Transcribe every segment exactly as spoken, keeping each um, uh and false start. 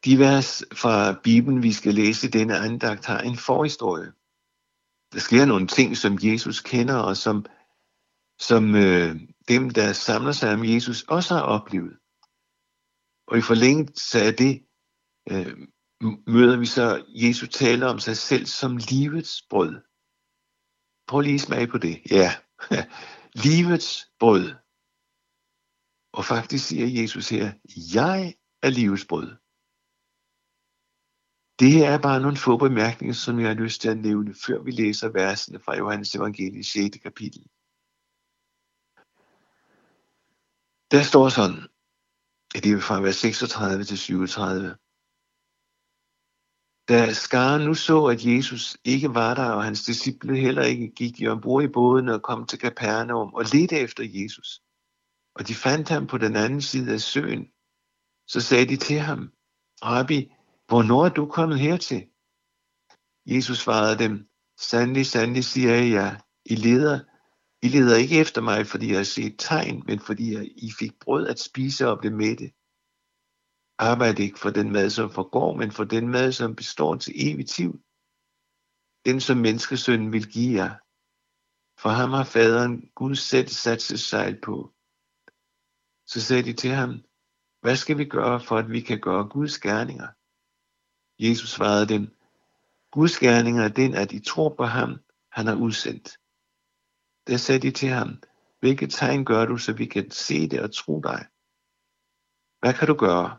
De vers fra Bibelen, vi skal læse i denne andagt, har en forhistorie. Der sker nogle ting, som Jesus kender, og som, som øh, dem, der samler sig om Jesus, også har oplevet. Og i forlængelse af det, øh, møder vi så, Jesus taler om sig selv som livets brød. Prøv lige at smage på det. Ja, livets brød. Og faktisk siger Jesus her, jeg er livets brød. Det her er bare nogle få bemærkninger, som jeg har lyst til at nævne, før vi læser versene fra Johannes Evangeliet sjette kapitel. Der står sådan, at det er fra vers seksogtredive til syvogtredive. Da skaren nu så, at Jesus ikke var der, og hans disciple heller ikke, gik de ombord i båden og kom til Kapernaum og ledte efter Jesus. Og de fandt ham på den anden side af søen. Så sagde de til ham, Rabbi, hvornår er du kommet hertil? Jesus svarede dem, sandelig, sandelig siger jeg jer, I leder, I leder ikke efter mig, fordi jeg har set tegn, men fordi I fik brød at spise og blev mætte. Arbejd ikke for den mad, som forgår, men for den mad, som består til evigt liv. Den, som menneskesønnen vil give jer. For ham har faderen Gud selv sat sig sejl på. Så sagde de til ham, hvad skal vi gøre, for at vi kan gøre Guds gerninger? Jesus svarede dem, Guds gerninger er den, at I tror på ham, han har udsendt. Der sagde de til ham, hvilke tegn gør du, så vi kan se det og tro dig? Hvad kan du gøre?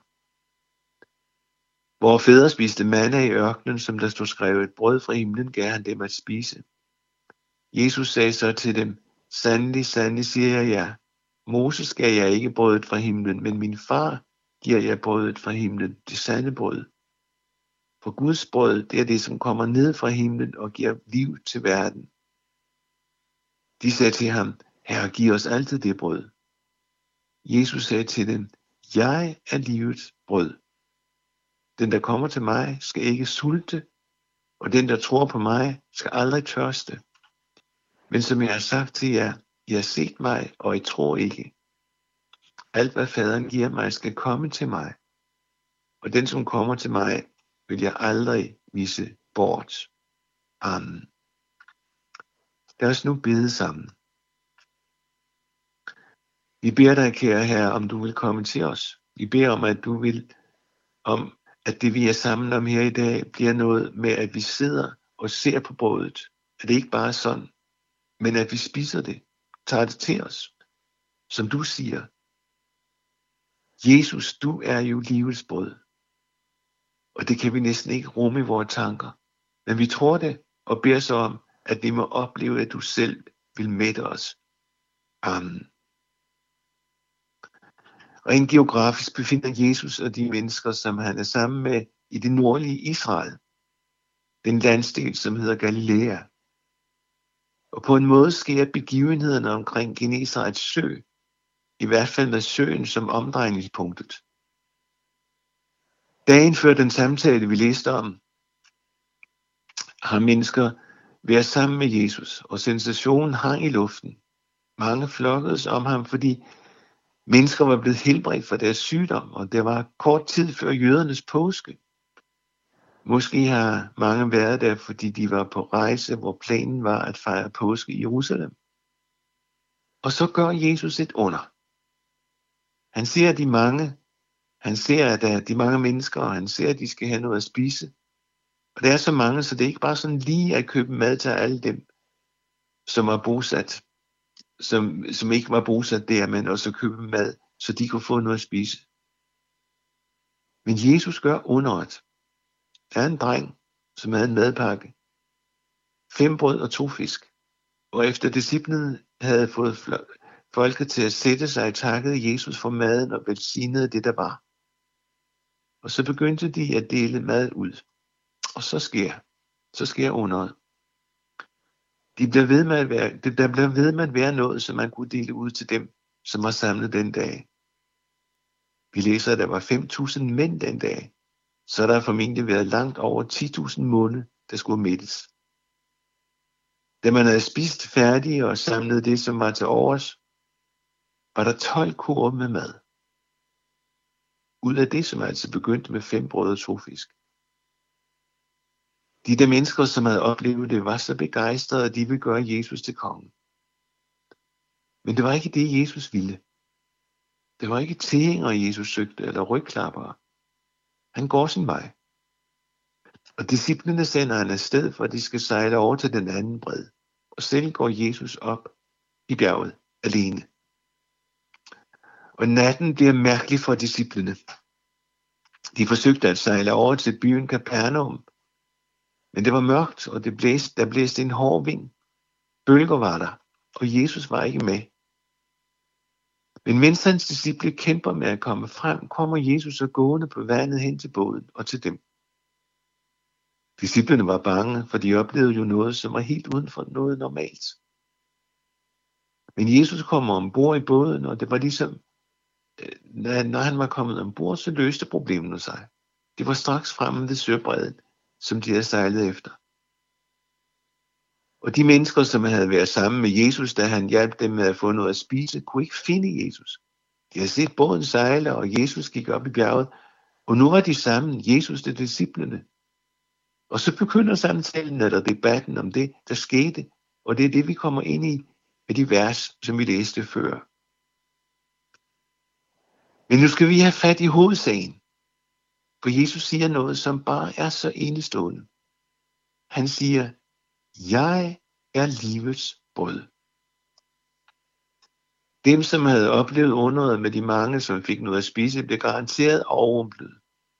Vore fædre spiste manna i ørkenen, som der stod skrevet, brød fra himlen gav han dem at spise. Jesus sagde så til dem, sandelig, sandelig siger jeg jer, Moses gav jeg ikke brødet fra himlen, men min far giver jeg brødet fra himlen, det sande brød. For Guds brød, det er det, som kommer ned fra himlen og giver liv til verden. De sagde til ham, Herre, giv os altid det brød. Jesus sagde til dem, jeg er livets brød. Den, der kommer til mig, skal ikke sulte, og den, der tror på mig, skal aldrig tørste. Men som jeg har sagt til jer, I har set mig, og I tror ikke. Alt, hvad faderen giver mig, skal komme til mig. Og den, som kommer til mig, vil jeg aldrig vise bort. Amen. Lad os nu bede sammen. Vi beder dig, kære Herre, om du vil komme til os. Vi beder om, at du vil, om at det vi er sammen om her i dag, bliver noget med, at vi sidder og ser på brødet. At det ikke bare er sådan, men at vi spiser det, tager det til os. Som du siger, Jesus, du er jo livets brød. Og det kan vi næsten ikke rumme i vores tanker. Men vi tror det og beder så om, at vi må opleve, at du selv vil mætte os. Amen. Rent geografisk befinder Jesus og de mennesker, som han er sammen med i det nordlige Israel. Den landsdel, som hedder Galilea. Og på en måde sker begivenhederne omkring Genesarets sø, i hvert fald med søen som omdrejningspunktet. Dagen før den samtale, vi læste om, har mennesker været sammen med Jesus, og sensationen hang i luften. Mange flokkedes om ham, fordi mennesker var blevet helbredt for deres sygdom, og det var kort tid før jødernes påske. Måske har mange været der, fordi de var på rejse, hvor planen var at fejre påske i Jerusalem. Og så gør Jesus et under. Han ser, at de mange, han ser, at der er de mange mennesker, og han ser, at de skal have noget at spise. Og der er så mange, så det er ikke bare sådan lige at købe mad til alle dem, som var bosat, som, som ikke var bosat der, men også købe mad, så de kunne få noget at spise. Men Jesus gør underet. Der er en dreng, som havde en madpakke. Fem brød og to fisk. Og efter disciplene havde fået folket til at sætte sig, takkede Jesus for maden og velsignede det, der var. Og så begyndte de at dele mad ud. Og så sker, så sker underet. De blev ved med at være, der blev ved med at være noget, som man kunne dele ud til dem, som var samlet den dag. Vi læser, at der var fem tusind mænd den dag. Så der har formentlig været langt over ti tusind munde, der skulle mættes. Da man havde spist færdigt og samlet det, som var til overs, var der tolv kurve med mad. ud af det, som altså begyndte med fem brød og to fisk. De der mennesker, som havde oplevet det, var så begejstrede, at de ville gøre Jesus til konge. Men det var ikke det, Jesus ville. Det var ikke tilhængere, Jesus søgte, eller rygklappere. Han går sin vej. Og disciplene sender han afsted, for at de skal sejle over til den anden bred. Og selv går Jesus op i bjerget alene. Og natten bliver mærkelig for disciplene. De forsøgte at sejle over til byen Kapernaum. Men det var mørkt, og det blæste, der blæste en hård vind. Bølger var der, og Jesus var ikke med. Men mens hans disciple kæmper med at komme frem, kommer Jesus og gående på vandet hen til båden og til dem. Disciplene var bange, for de oplevede jo noget, som var helt uden for noget normalt. Men Jesus kommer ombord i båden, og det var ligesom, når han var kommet ombord, så løste problemerne sig. Det var straks fremme ved søbredden, som de havde sejlet efter. Og de mennesker, som havde været sammen med Jesus, da han hjalp dem med at få noget at spise, kunne ikke finde Jesus. De havde set båden sejle, og Jesus gik op i bjerget, og nu var de sammen, Jesus og disciplene. Og så begynder samtalen eller debatten om det, der skete, og det er det, vi kommer ind i med de vers, som vi læste før. Men nu skal vi have fat i hovedsagen, for Jesus siger noget, som bare er så enestående. Han siger, jeg er livets brød. Dem, som havde oplevet underet med de mange, som fik noget at spise, blev garanteret overrumplet.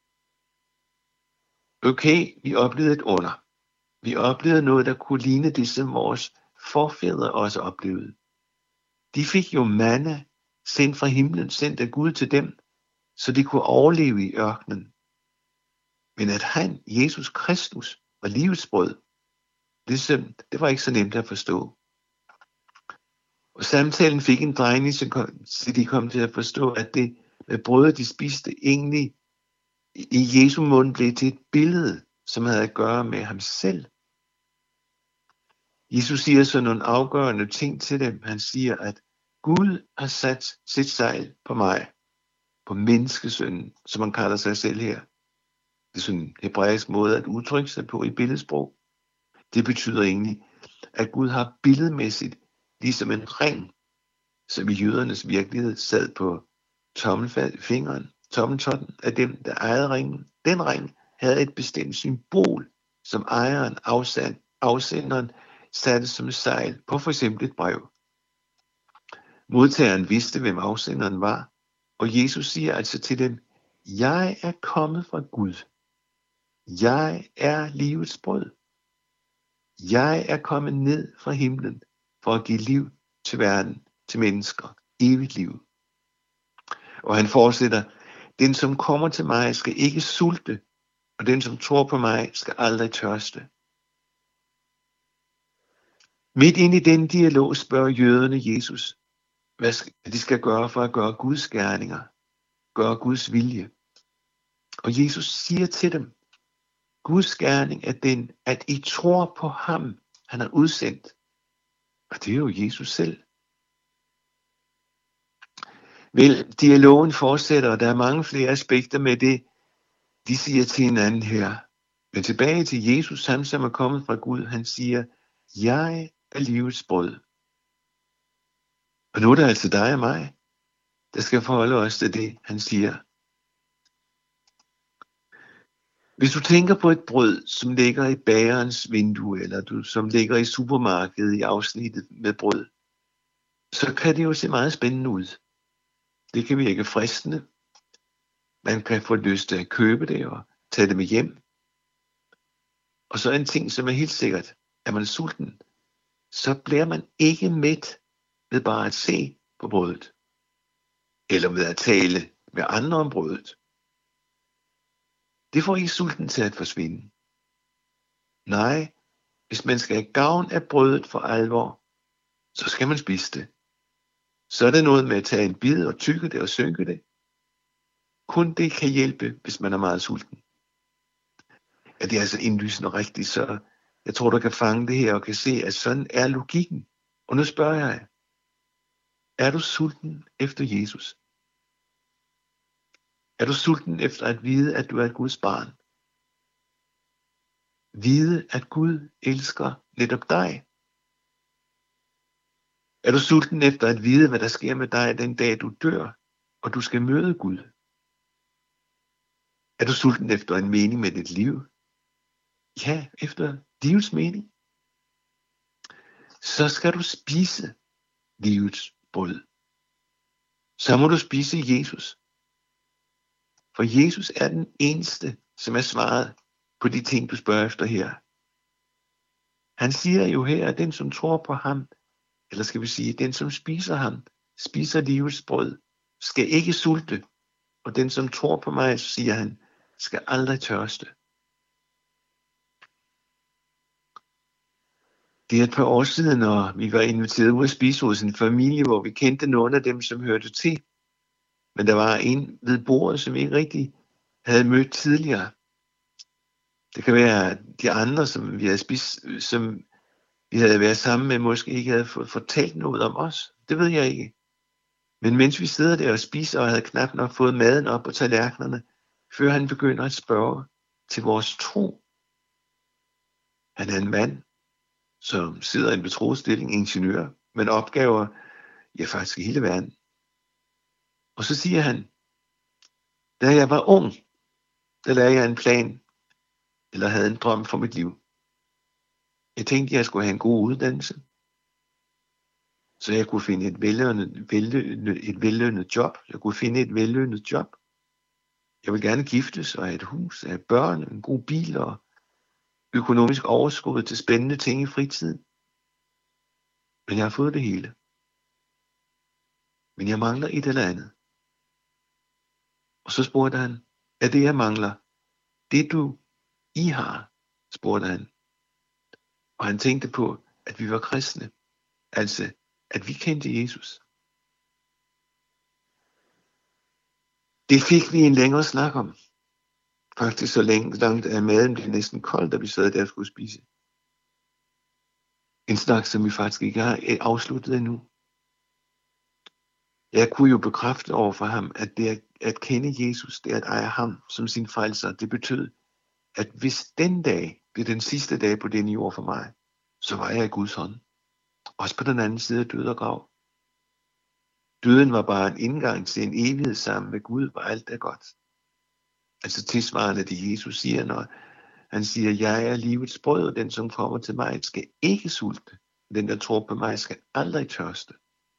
Okay, vi oplevede et under. Vi oplevede noget, der kunne ligne det, som vores forfædre også oplevede. De fik jo manna sendt fra himlen, sendt af Gud til dem, så de kunne overleve i ørkenen. Men at han, Jesus Kristus, var livets brød, det, det var ikke så nemt at forstå. Og samtalen fik en drejning, så de kom til at forstå, at det med brødet, de spiste, egentlig i Jesu mund blev til et billede, som havde at gøre med ham selv. Jesus siger så nogle afgørende ting til dem. Han siger, at Gud har sat sit sejl på mig, på menneskesønnen, som man kalder sig selv her. Det er sådan en hebraisk måde at udtrykke sig på i billedsprog. Det betyder egentlig, at Gud har billedmæssigt, ligesom en ring, som i jødernes virkelighed sad på tommelfingeren, tommeltotten af dem, der ejede ringen. Den ring havde et bestemt symbol, som ejeren, afsend, afsenderen, satte som sejl på for eksempel et brev. Modtageren vidste, hvem afsenderen var, og Jesus siger altså til dem, jeg er kommet fra Gud. Jeg er livets brød. Jeg er kommet ned fra himlen for at give liv til verden, til mennesker, evigt liv. Og han fortsætter, den som kommer til mig skal ikke sulte, og den som tror på mig skal aldrig tørste. Midt ind i den dialog spørger jøderne Jesus, hvad de skal gøre for at gøre Guds gerninger, gøre Guds vilje. Og Jesus siger til dem, Guds gerning er den, at I tror på ham, han har udsendt. Og det er jo Jesus selv. Vel, dialogen fortsætter, og der er mange flere aspekter med det, de siger til hinanden her. Men tilbage til Jesus, han som er kommet fra Gud, han siger, jeg er livets brød. Og nu er det altså dig og mig, der skal forholde os til det, han siger. Hvis du tænker på et brød, som ligger i bagerens vindue, eller du, som ligger i supermarkedet i afsnittet med brød, så kan det jo se meget spændende ud. Det kan virke fristende. Man kan få lyst til at købe det og tage det med hjem. Og så en ting, som er helt sikkert, er man sulten, så bliver man ikke mæt ved bare at se på brødet, eller ved at tale med andre om brødet. Det får ikke sulten til at forsvinde. Nej, hvis man skal have gavn af brødet for alvor, så skal man spise det. Så er det noget med at tage en bid og tygge det og synke det. Kun det kan hjælpe, hvis man er meget sulten. Ja, det er altså indlysende rigtigt, så jeg tror, du kan fange det her og kan se, at sådan er logikken. Og nu spørger jeg, er du sulten efter Jesus? Er du sulten efter at vide, at du er et Guds barn? Vide, at Gud elsker netop dig? Er du sulten efter at vide, hvad der sker med dig den dag, du dør, og du skal møde Gud? Er du sulten efter en mening med dit liv? Ja, efter livets mening. Så skal du spise livets brød. Så må du spise Jesus. For Jesus er den eneste, som er svaret på de ting, du spørger efter her. Han siger jo her, at den, som tror på ham, eller skal vi sige, den, som spiser ham, spiser livets brød, skal ikke sulte. Og den, som tror på mig, siger han, skal aldrig tørste. Det er et par år siden, når vi var inviteret ud at spise hos en familie, hvor vi kendte nogle af dem, som hørte til. Men der var en ved bordet, som vi ikke rigtig havde mødt tidligere. Det kan være de andre, som vi havde spist, som vi havde været sammen med, måske ikke havde fået fortalt noget om os. Det ved jeg ikke. Men mens vi sidder der og spiser og havde knap nok fået maden op på tallerkenerne, før han begynder at spørge til vores tro. Han er en mand, som sidder i en betroet stilling, ingeniør, men opgaver, ja faktisk i hele verden. Og så siger han, da jeg var ung, der lavede jeg en plan, eller havde en drøm for mit liv. Jeg tænkte, at jeg skulle have en god uddannelse, så jeg kunne finde et vellønnet, vellønnet, et vellønnet job. Jeg kunne finde et vellønnet job. Jeg vil gerne giftes og have et hus, have børn, en god bil og økonomisk overskud til spændende ting i fritiden. Men jeg har fået det hele. Men jeg mangler et eller andet. Og så spurgte han, er det jeg mangler? Det du I har, spurgte han. Og han tænkte på, at vi var kristne. Altså, at vi kendte Jesus. Det fik vi en længere snak om. Faktisk så længe, langt af maden blev næsten kold, da vi sad der og skulle spise. En snak, som vi faktisk ikke har afsluttet endnu. Jeg kunne jo bekræfte over for ham, at det at kende Jesus, det at eje ham som sin frelser, det betød, at hvis den dag blev den sidste dag på denne jord for mig, så var jeg i Guds hånd. Også på den anden side af død og grav. Døden var bare en indgang til en evighed sammen med Gud, hvor alt er godt. Altså tilsvarende det Jesus siger, når han siger, jeg er livets brød, og den som kommer til mig skal ikke sulte. Den der tror på mig skal aldrig tørste.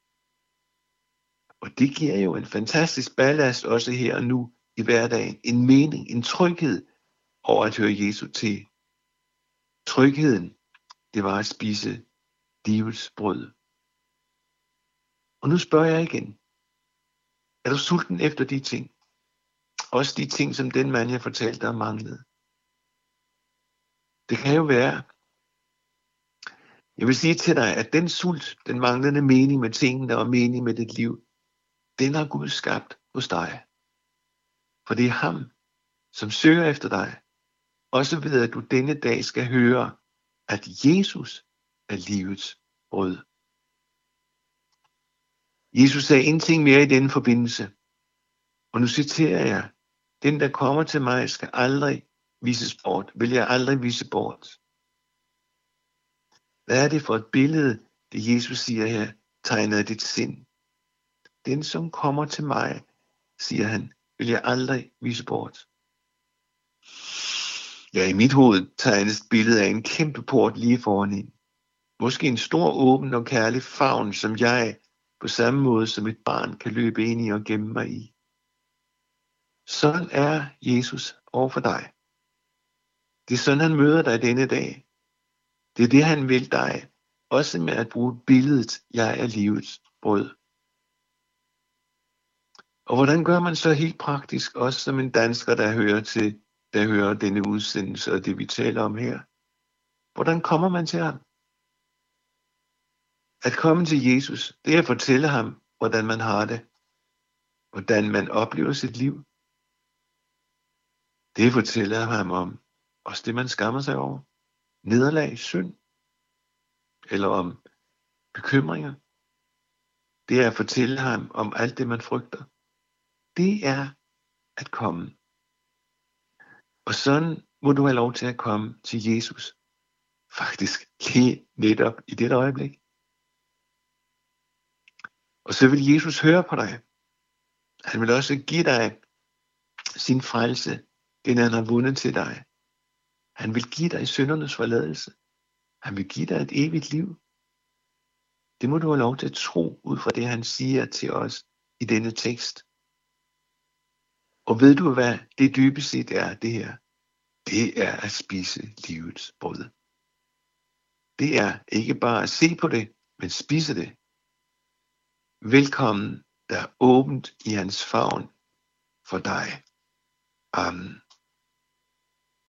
Og det giver jo en fantastisk ballast også her og nu i hverdagen. En mening, en tryghed over at høre Jesus til. Trygheden, det var at spise livets brød. Og nu spørger jeg igen. Er du sulten efter de ting? Også de ting, som den mand, jeg fortalte om, manglede. Det kan jo være. Jeg vil sige til dig, at den sult, den manglende mening med tingene og mening med dit liv, den har Gud skabt hos dig. For det er ham, som søger efter dig. Også ved, at du denne dag skal høre, at Jesus er livets brød. Jesus sagde en ting mere i denne forbindelse. Og nu citerer jeg. Den, der kommer til mig, skal aldrig vises bort. Vil jeg aldrig vise bort. Hvad er det for et billede, det Jesus siger her, tegner af dit sind? Den, som kommer til mig, siger han, vil jeg aldrig vise bort. Ja, i mit hoved tegnes et billede af en kæmpe port lige foran hende. Måske en stor, åben og kærlig favn, som jeg på samme måde som et barn kan løbe ind i og gemme mig i. Sådan er Jesus over for dig. Det er sådan, han møder dig denne dag. Det er det, han vil dig. Også med at bruge billedet, jeg er livets brød. Og hvordan gør man så helt praktisk, også som en dansker, der hører til, der hører denne udsendelse og det, vi taler om her? Hvordan kommer man til ham? At komme til Jesus, det er at fortælle ham, hvordan man har det. Hvordan man oplever sit liv. Det fortæller ham om også det, man skammer sig over. Nederlag, synd. Eller om bekymringer. Det er at fortælle ham om alt det, man frygter. Det er at komme. Og sådan må du have lov til at komme til Jesus. Faktisk lige netop i det øjeblik. Og så vil Jesus høre på dig. Han vil også give dig sin frelse, den han har vundet til dig. Han vil give dig syndernes forladelse. Han vil give dig et evigt liv. Det må du have lov til at tro ud fra det, han siger til os i denne tekst. Og ved du, hvad det dybest set er, det her? Det er at spise livets brød. Det er ikke bare at se på det, men spise det. Velkommen, der er åbent i hans favn for dig. Amen.